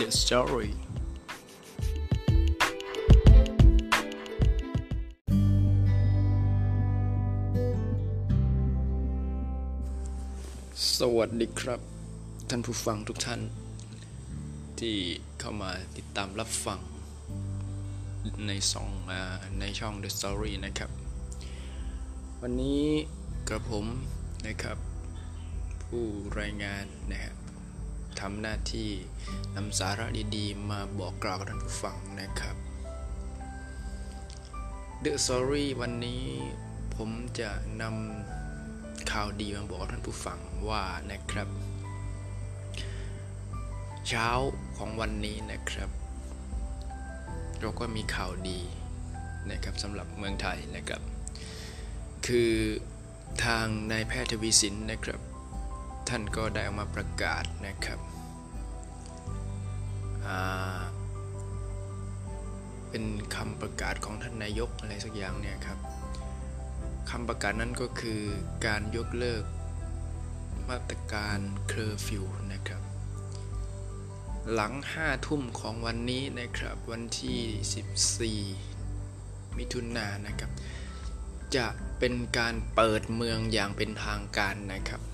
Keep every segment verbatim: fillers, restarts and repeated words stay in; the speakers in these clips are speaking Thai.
The Story สวัสดีครับท่านผู้ฟังทุกท่านที่เข้ามาติดตามรับฟังในสองในช่อง The Story นะครับวันนี้กระผมนะครับผู้รายงานนะครับทำหน้าที่นำสาระดีๆมาบอกกล่าวท่านผู้ฟังนะครับ The Story วันนี้ผมจะนำข่าวดีมาบอกท่านผู้ฟังว่านะครับเช้าของวันนี้นะครับเราก็มีข่าวดีนะครับสำหรับเมืองไทยนะครับคือทางนายแพทย์ทวีสินนะครับท่านก็ได้ออกมาประกาศนะครับเป็นคำประกาศของท่านนายกอะไรสักอย่างเนี่ยครับคำประกาศนั้นก็คือการยกเลิกมาตรการเคอร์ฟิวนะครับหลังห้าทุ่มของวันนี้นะครับวันที่สิบสี่มิถุนายนนะครับจะเป็นการเปิดเมืองอย่างเป็นทางการนะครับ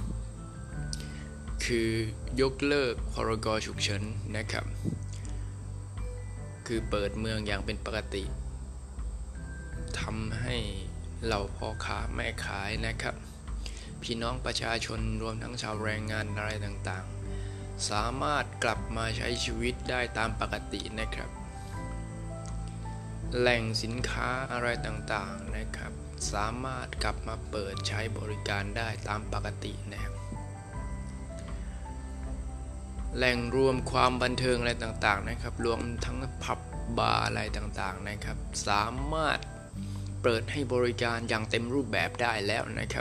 คือยกเลิกพรกฉุกเฉินนะครับคือเปิดเมืองอย่างเป็นปกติทำให้เหล่าพ่อค้าแม่ขายนะครับพี่น้องประชาชนรวมทั้งชาวแรงงานอะไรต่างๆสามารถกลับมาใช้ชีวิตได้ตามปกตินะครับแหล่งสินค้าอะไรต่างๆนะครับสามารถกลับมาเปิดใช้บริการได้ตามปกตินะครับแหล่งรวมความบันเทิงอะไรต่างๆนะครับรวมทั้งผับบาร์อะไรต่างๆนะครับสามารถเปิดให้บริการอย่างเต็มรูปแบบได้แล้วนะครับ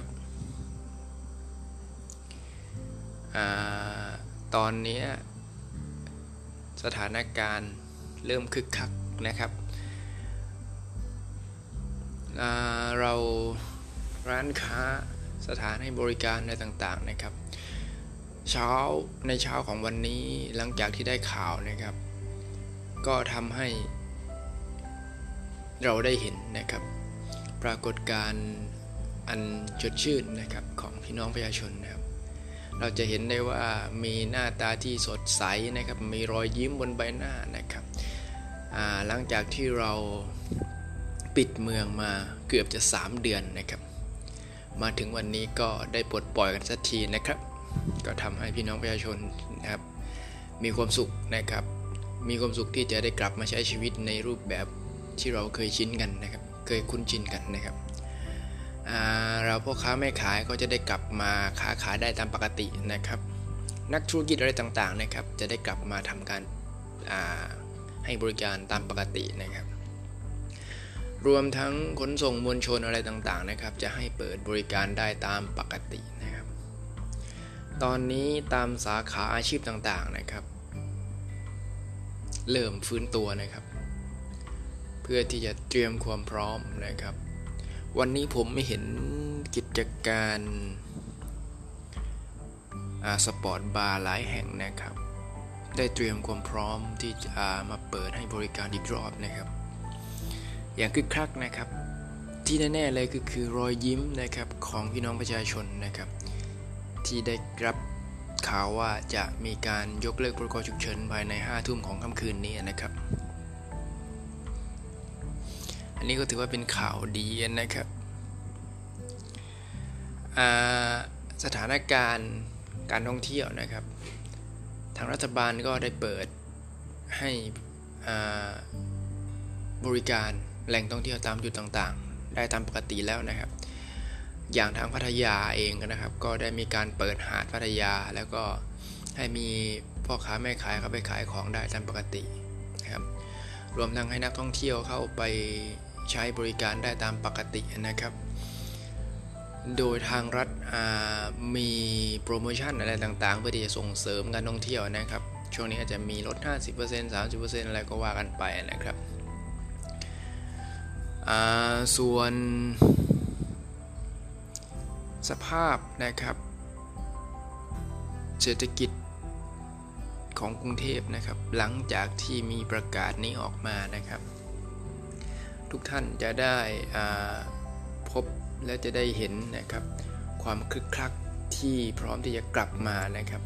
อ่าตอนนี้สถานการณ์เริ่มคึกคักนะครับเราร้านค้าสถานให้บริการอะไรต่างๆนะครับเช้าในเช้าของวันนี้หลังจากที่ได้ข่าวนะครับก็ทำให้เราได้เห็นนะครับปรากฏการณ์อันสดชื่นนะครับของพี่น้องประชาชนนะครับเราจะเห็นได้ว่ามีหน้าตาที่สดใสนะครับมีรอยยิ้มบนใบหน้านะครับหลังจากที่เราปิดเมืองมาเกือบจะสามเดือนนะครับมาถึงวันนี้ก็ได้ปลดปล่อยกันสักทีนะครับก็ทำให้พี่น้องประชาชนนะครับมีความสุขนะครับมีความสุขที่จะได้กลับมาใช้ชีวิตในรูปแบบที่เราเคยชินกันนะครับเคยคุ้นชินกันนะครับเราพ่อค้าแม่ขายก็จะได้กลับมาค้าขายได้ตามปกตินะครับนักธุรกิจอะไรต่างๆนะครับจะได้กลับมาทำการให้บริการตามปกตินะครับรวมทั้งขนส่งมวลชนอะไรต่างๆนะครับจะให้เปิดบริการได้ตามปกตินะครับตอนนี้ตามสาขาอาชีพต่างๆนะครับเริ่มฟื้นตัวนะครับเพื่อที่จะเตรียมความพร้อมนะครับวันนี้ผมไม่เห็นกิจการสปอร์ตบาร์หลายแห่งนะครับได้เตรียมความพร้อมที่จะมาเปิดให้บริการอีกรอบนะครับอย่างคึกคักนะครับที่แน่ๆเลยก็คือรอยยิ้มนะครับของพี่น้องประชาชนนะครับที่ได้รับข่าวว่าจะมีการยกเลิกพรกฉุกเฉินภายในห้าทุ่มของค่ำคืนนี้นะครับอันนี้ก็ถือว่าเป็นข่าวดีนะครับสถานการณ์การท่องเที่ยวนะครับทางรัฐบาลก็ได้เปิดให้บริการแหล่งท่องเที่ยวตามจุดต่างๆได้ตามปกติแล้วนะครับอย่างทางพัทยาเองนะครับก็ได้มีการเปิดหาดพัทยาแล้วก็ให้มีพ่อค้าแม่ขายเข้าไปขายของได้ตามปกตินะครับรวมทั้งให้นักท่องเที่ยวเข้าไปใช้บริการได้ตามปกตินะครับโดยทางรัฐมีโปรโมชั่นอะไรต่างๆเพื่อที่จะส่งเสริมการท่องเที่ยวนะครับช่วงนี้อาจจะมีลด ห้าสิบเปอร์เซ็นต์ สามสิบเปอร์เซ็นต์ อะไรก็ว่ากันไปนะครับส่วนสภาพนะครับเศรษฐกิจของกรุงเทพนะครับหลังจากที่มีประกาศนี้ออกมานะครับทุกท่านจะได้พบและจะได้เห็นนะครับความคึกคักที่พร้อมที่จะกลับมานะครับ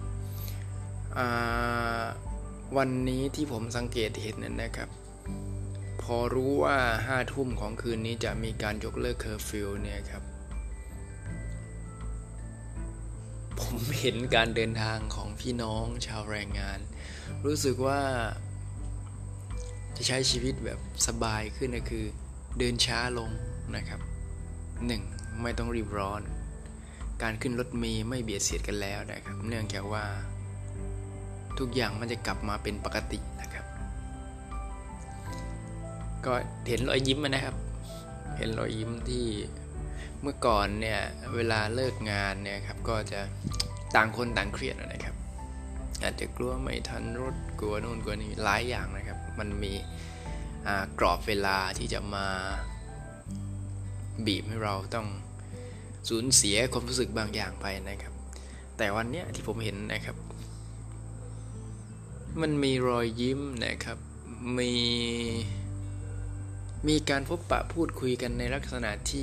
วันนี้ที่ผมสังเกตเห็นนั้นนะครับพอรู้ว่าห้าทุ่มของคืนนี้จะมีการยกเลิกเคอร์ฟิวเนี่ยครับผมเห็นการเดินทางของพี่น้องชาวแรงงานรู้สึกว่าจะใช้ชีวิตแบบสบายขึ้นก็คือเดินช้าลงนะครับหนึ่งไม่ต้องรีบร้อนการขึ้นรถเมล์ไม่เบียดเสียดกันแล้วนะครับเนื่องจากว่าทุกอย่างมันจะกลับมาเป็นปกตินะครับก็เห็นรอยยิ้มนะครับเห็นรอยยิ้มที่เมื่อก่อนเนี่ยเวลาเลิกงานเนี่ยครับก็จะต่างคนต่างเครียดนะครับอาจจะกลัวไม่ทันรถกลัวนู่นกลัวนี่หลายอย่างนะครับมันมีกรอบเวลาที่จะมาบีบให้เราต้องสูญเสียความรู้สึกบางอย่างไปนะครับแต่วันนี้ที่ผมเห็นนะครับมันมีรอยยิ้มนะครับมีมีการพบปะพูดคุยกันในลักษณะที่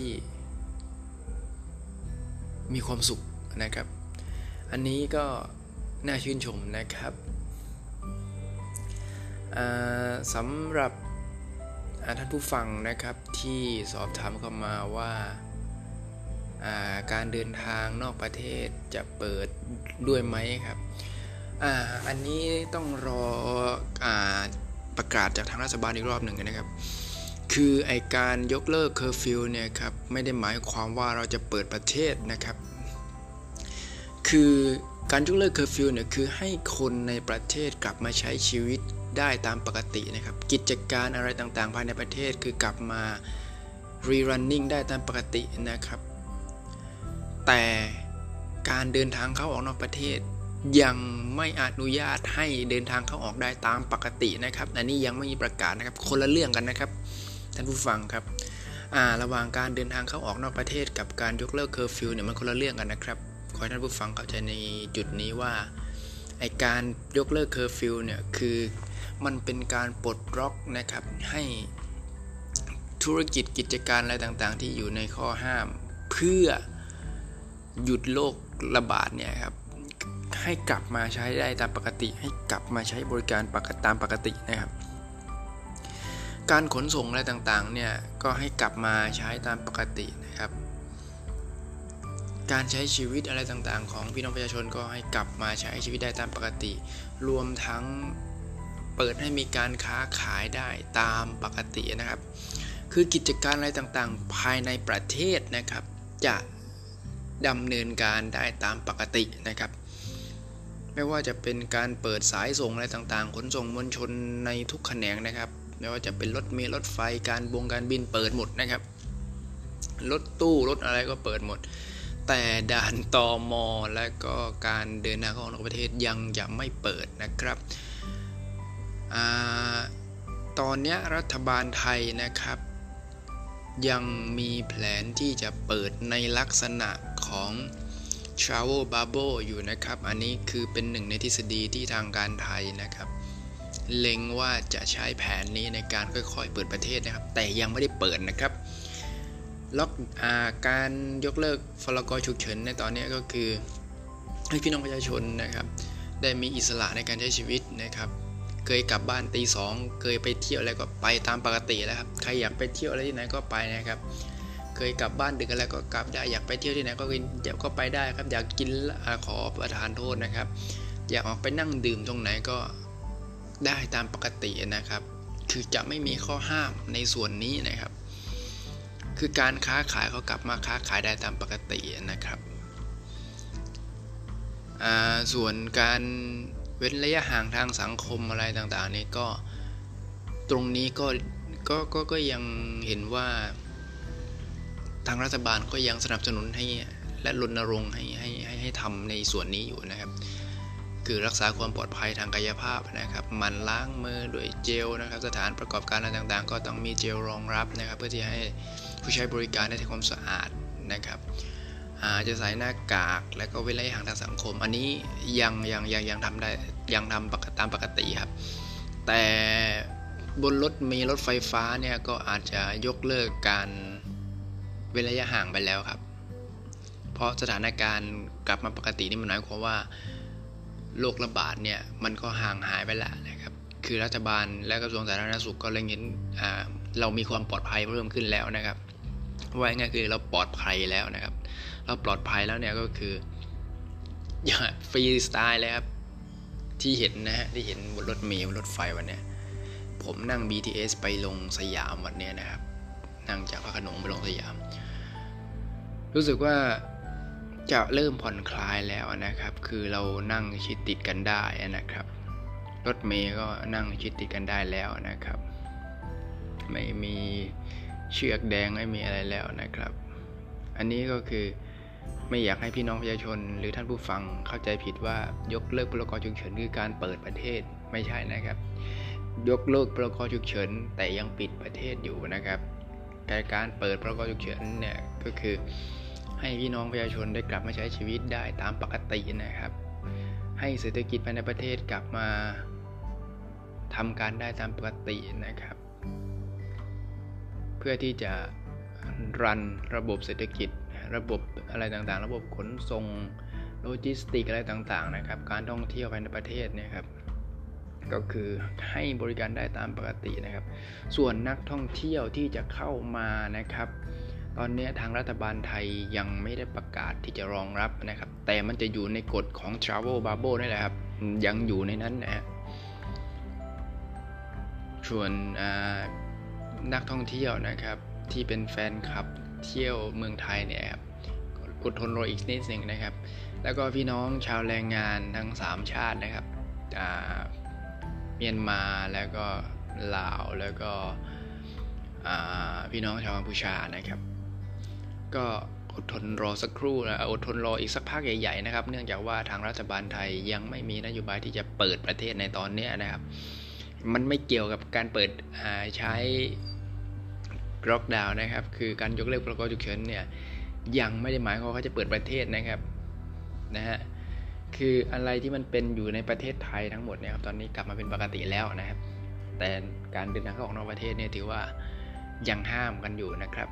มีความสุขนะครับอันนี้ก็น่าชื่นชมนะครับสำหรับท่านผู้ฟังนะครับที่สอบถามเข้ามาว่าการเดินทางนอกประเทศจะเปิดด้วยไหมครับอ่าอันนี้ต้องรออ่าประกาศจากทางรัฐบาลอีกรอบหนึ่งนะครับคือไอการยกเลิกเคอร์ฟิวเนี่ยครับไม่ได้หมายความว่าเราจะเปิดประเทศนะครับคือการยกเลิกเคอร์ฟิวเนี่ยคือให้คนในประเทศกลับมาใช้ชีวิตได้ตามปกตินะครับกิจการอะไรต่างๆภายในประเทศคือกลับมารีรันนิ่งได้ตามปกตินะครับแต่การเดินทางเข้าออกนอกประเทศยังไม่อนุญาตให้เดินทางเข้าออกได้ตามปกตินะครับอันนี้ยังไม่มีประกาศนะครับคนละเรื่องกันนะครับท่านผู้ฟังครับระหว่างการเดินทางเข้าออกนอกประเทศกับการยกเลิกเคอร์ฟิวเนี่ยมันคนละเรื่องกันนะครับขอให้ท่านผู้ฟังเข้าใจในจุดนี้ว่าไอการยกเลิกเคอร์ฟิวเนี่ยคือมันเป็นการปลดล็อกนะครับให้ธุรกิจกิจการอะไรต่างๆที่อยู่ในข้อห้ามเพื่อหยุดโรคระบาดเนี่ยครับให้กลับมาใช้ได้ตามปกติให้กลับมาใช้บริการปกติตามปกตินะครับการขนส่งอะไรต่างๆเนี่ยก็ให้กลับมาใช้ตามปกตินะครับการใช้ชีวิตอะไรต่างๆของพี่น้องประชาชนก็ให้กลับมาใช้ชีวิตได้ตามปกติรวมทั้งเปิดให้มีการค้าขายได้ตามปกตินะครับคือกิจการอะไรต่างๆภายในประเทศนะครับจะดำเนินการได้ตามปกตินะครับไม่ว่าจะเป็นการเปิดสายส่งอะไรต่างๆขนส่งมวลชนในทุกแขนงนะครับไม่ว่าจะเป็นรถเมล์รถไฟการบงการบินเปิดหมดนะครับรถตู้รถอะไรก็เปิดหมดแต่ด่านตม.และก็การเดินทางเข้าออกประเทศยังจะไม่เปิดนะครับอ่าตอนนี้รัฐบาลไทยนะครับยังมีแผนที่จะเปิดในลักษณะของ Travel Bubble อยู่นะครับอันนี้คือเป็นหนึ่งในทฤษฎีที่ทางการไทยนะครับเล็งว่าจะใช้แผนนี้ในการค่อยๆเปิดประเทศนะครับแต่ยังไม่ได้เปิดนะครับล็อกอาการยกเลิกพรกฉุกเฉินในตอนนี้ก็คือให้พี่น้องประชาชนนะครับได้มีอิสระในการใช้ชีวิตนะครับเคยกลับบ้านตีสองเคยไปเที่ยวอะไรก็ไปตามปกติแล้วครับใครอยากไปเที่ยวอะไรที่ไหนก็ไปนะครับเคยกลับบ้านดึกอะไรก็กลับได้อยากไปเที่ยวที่ไหนก็ก็ไปได้ครับอยากกินขอประทานโทษนะครับอยากออกไปนั่งดื่มตรงไหนก็ได้ตามปกตินะครับคือจะไม่มีข้อห้ามในส่วนนี้นะครับคือการค้าขายเขากลับมาค้าขายได้ตามปกตินะครับส่วนการเว้นระยะห่างทางสังคมอะไรต่างๆนี้ก็ตรงนี้ก็ก็ก็ก็ยังเห็นว่าทางรัฐบาลก็ยังสนับสนุนให้และรณรงค์ให้ให้ให้ให้ทำในส่วนนี้อยู่นะครับคือรักษาความปลอดภัยทางกายภาพนะครับมันล้างมือด้วยเจลนะครับสถานประกอบการอะไรต่างๆก็ต้องมีเจลรองรับนะครับเพื่อที่ให้ผู้ใช้บริการได้ทำความสะอาดนะครับอาจจะใส่หน้ากากแล้วก็เว้นระยะห่างทางสังคมอันนี้ยังยังยังยังทำได้ยังทำปกติตามปกติครับแต่บนรถมีรถไฟฟ้าเนี่ยก็อาจจะยกเลิกการเว้นระยะห่างไปแล้วครับเพราะสถานการณ์กลับมาปกตินี่มันหมายความว่าโรคระบาดเนี่ยมันก็ห่างหายไปแล้วนะครับคือรัฐบาลและกระทรวงสาธารณสุขก็เล็งเห็นเรามีความปลอดภัยเพิ่มขึ้นแล้วนะครับว่าง่ายคือเราปลอดภัยแล้วนะครับเราปลอดภัยแล้วเนี่ยก็คืออย่าฟรีสไตล์เลยครับที่เห็นนะฮะที่เห็นบนรถเมล์บนรถไฟวันนี้ผมนั่ง บี ที เอส ไปลงสยามวันนี้นะครับนั่งจากพระโขนงไปลงสยามรู้สึกว่าจะเริ่มผ่อนคลายแล้วนะครับคือเรานั่งชิดติดกันได้นะครับรถเมล์ก็นั่งชิดติดกันได้แล้วนะครับไม่มีเชือกแดงไม่มีอะไรแล้วนะครับอันนี้ก็คือไม่อยากให้พี่น้องประชาชนหรือท่านผู้ฟังเข้าใจผิดว่ายกเลิกพรกฉุกเฉินคือการเปิดประเทศไม่ใช่นะครับยกเลิกพรกฉุกเฉินแต่ยังปิดประเทศอยู่นะครับการเปิดพรกฉุกเฉินเนี่ยก็คือให้พี่น้องประชาชนได้กลับมาใช้ชีวิตได้ตามปกตินะครับให้เศรษฐกิจภายในประเทศกลับมาทำการได้ตามปกตินะครับเพื่อที่จะรันระบบเศรษฐกิจระบบอะไรต่างๆระบบขนส่งโลจิสติกอะไรต่างๆนะครับการท่องเที่ยวภายในประเทศเนี่ยครับก็คือให้บริการได้ตามปกตินะครับส่วนนักท่องเที่ยวที่จะเข้ามานะครับตอนนี้ทางรัฐบาลไทยยังไม่ได้ประกาศที่จะรองรับนะครับแต่มันจะอยู่ในกฎของ Travel Bubble นี่แหละครับยังอยู่ในนั้นนะส่วนนักท่องเที่ยวนะครับที่เป็นแฟนคลับเที่ยวเมืองไทยเนี่ยครับอดทนรออีกนิดนึงนะครับแล้วก็พี่น้องชาวแรงงานทั้งสามชาตินะครับเมียนมาแล้วก็ลาวแล้วก็พี่น้องชาวกัมพูชานะครับก็อดทนรอสักครู่นะอดทนรออีกสักพักใหญ่ๆนะครับเนื่องจากว่าทางรัฐบาลไทยยังไม่มีนโยบายที่จะเปิดประเทศในตอนนี้นะครับมันไม่เกี่ยวกับการเปิดใช้ล็อกดาวน์นะครับคือการยกเลิกพรกฉุกเฉินเนี่ยยังไม่ได้หมายความว่าเขาจะเปิดประเทศนะครับนะฮะคืออะไรที่มันเป็นอยู่ในประเทศไทยทั้งหมดเนี่ยครับตอนนี้กลับมาเป็นปกติแล้วนะครับแต่การเดินทางเข้าออกนอกประเทศเนี่ยถือว่ายังห้ามกันอยู่นะครับ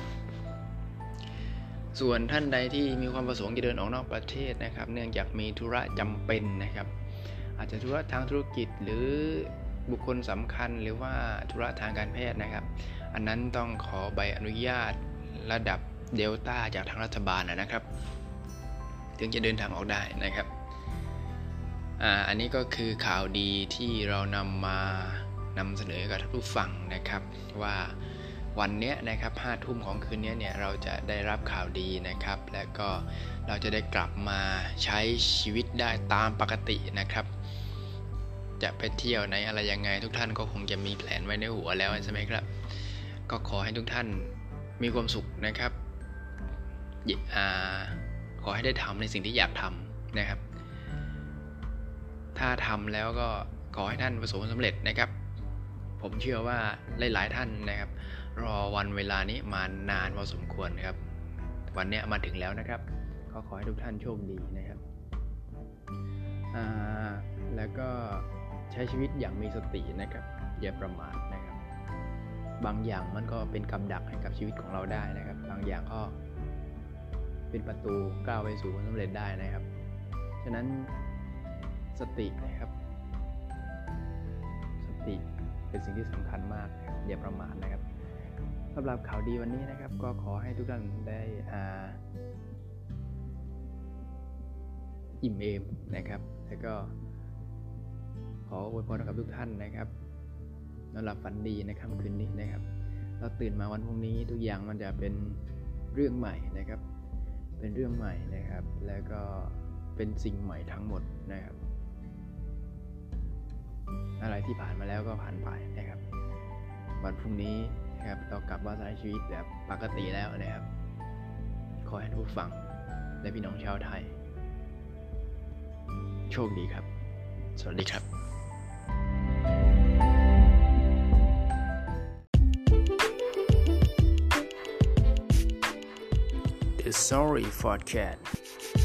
ส่วนท่านใดที่มีความประสงค์จะเดินออกนอกประเทศนะครับเนื่องจากมีธุระจำเป็นนะครับอาจจะธุระทางธุรกิจหรือบุคคลสำคัญหรือว่าธุระทางการแพทย์นะครับอันนั้นต้องขอใบอนุญาตระดับเดลต้าจากทางรัฐบาลนะครับถึงจะเดินทางออกได้นะครับอ่าอันนี้ก็คือข่าวดีที่เรานำมานำเสนอกับท่านผู้ฟังนะครับว่าวันนี้นะครับห้าทุ่มของคืนนี้เนี่ยเราจะได้รับข่าวดีนะครับและก็เราจะได้กลับมาใช้ชีวิตได้ตามปกตินะครับจะไปเที่ยวไหนอะไรยังไงทุกท่านก็คงจะมีแผนไว้ในหัวแล้วใช่ไหมครับก็ขอให้ทุกท่านมีความสุขนะครับขอให้ได้ทำในสิ่งที่อยากทำนะครับถ้าทำแล้วก็ขอให้ท่านประสบความสำเร็จนะครับผมเชื่อว่าหลายๆท่านนะครับรอวันเวลานี้มานานพอสมควรครับวันนี้มาถึงแล้วนะครับก็ขอให้ทุกท่านโชคดีนะครับแล้วก็ใช้ชีวิตอย่างมีสตินะครับอย่าประมาทนะครับบางอย่างมันก็เป็นกำดักให้กับชีวิตของเราได้นะครับบางอย่างก็เป็นประตูก้าวไปสู่ความสำเร็จได้นะครับฉะนั้นสตินะครับสติเป็นสิ่งที่สำคัญมากอย่าประมาทนะครับสำหรับข่าวดีวันนี้นะครับก็ขอให้ทุกท่านได้อ่าอิ่มเอมนะครับแล้วก็ขออวยพรกับทุกท่านนะครับนอนหลับฝันดีในค่ำคืนนี้นะครับเราตื่นมาวันพรุ่งนี้ทุกอย่างมันจะเป็นเรื่องใหม่นะครับเป็นเรื่องใหม่นะครับแล้วก็เป็นสิ่งใหม่ทั้งหมดนะครับอะไรที่ผ่านมาแล้วก็ผ่านไปนะครับวันพรุ่งนี้นะครับเรากลับมาใช้ชีวิตแบบปกติแล้วนะครับขอให้ทุกฟังและพี่น้องชาวไทยโชคดีครับสวัสดีครับ The The Story Podcast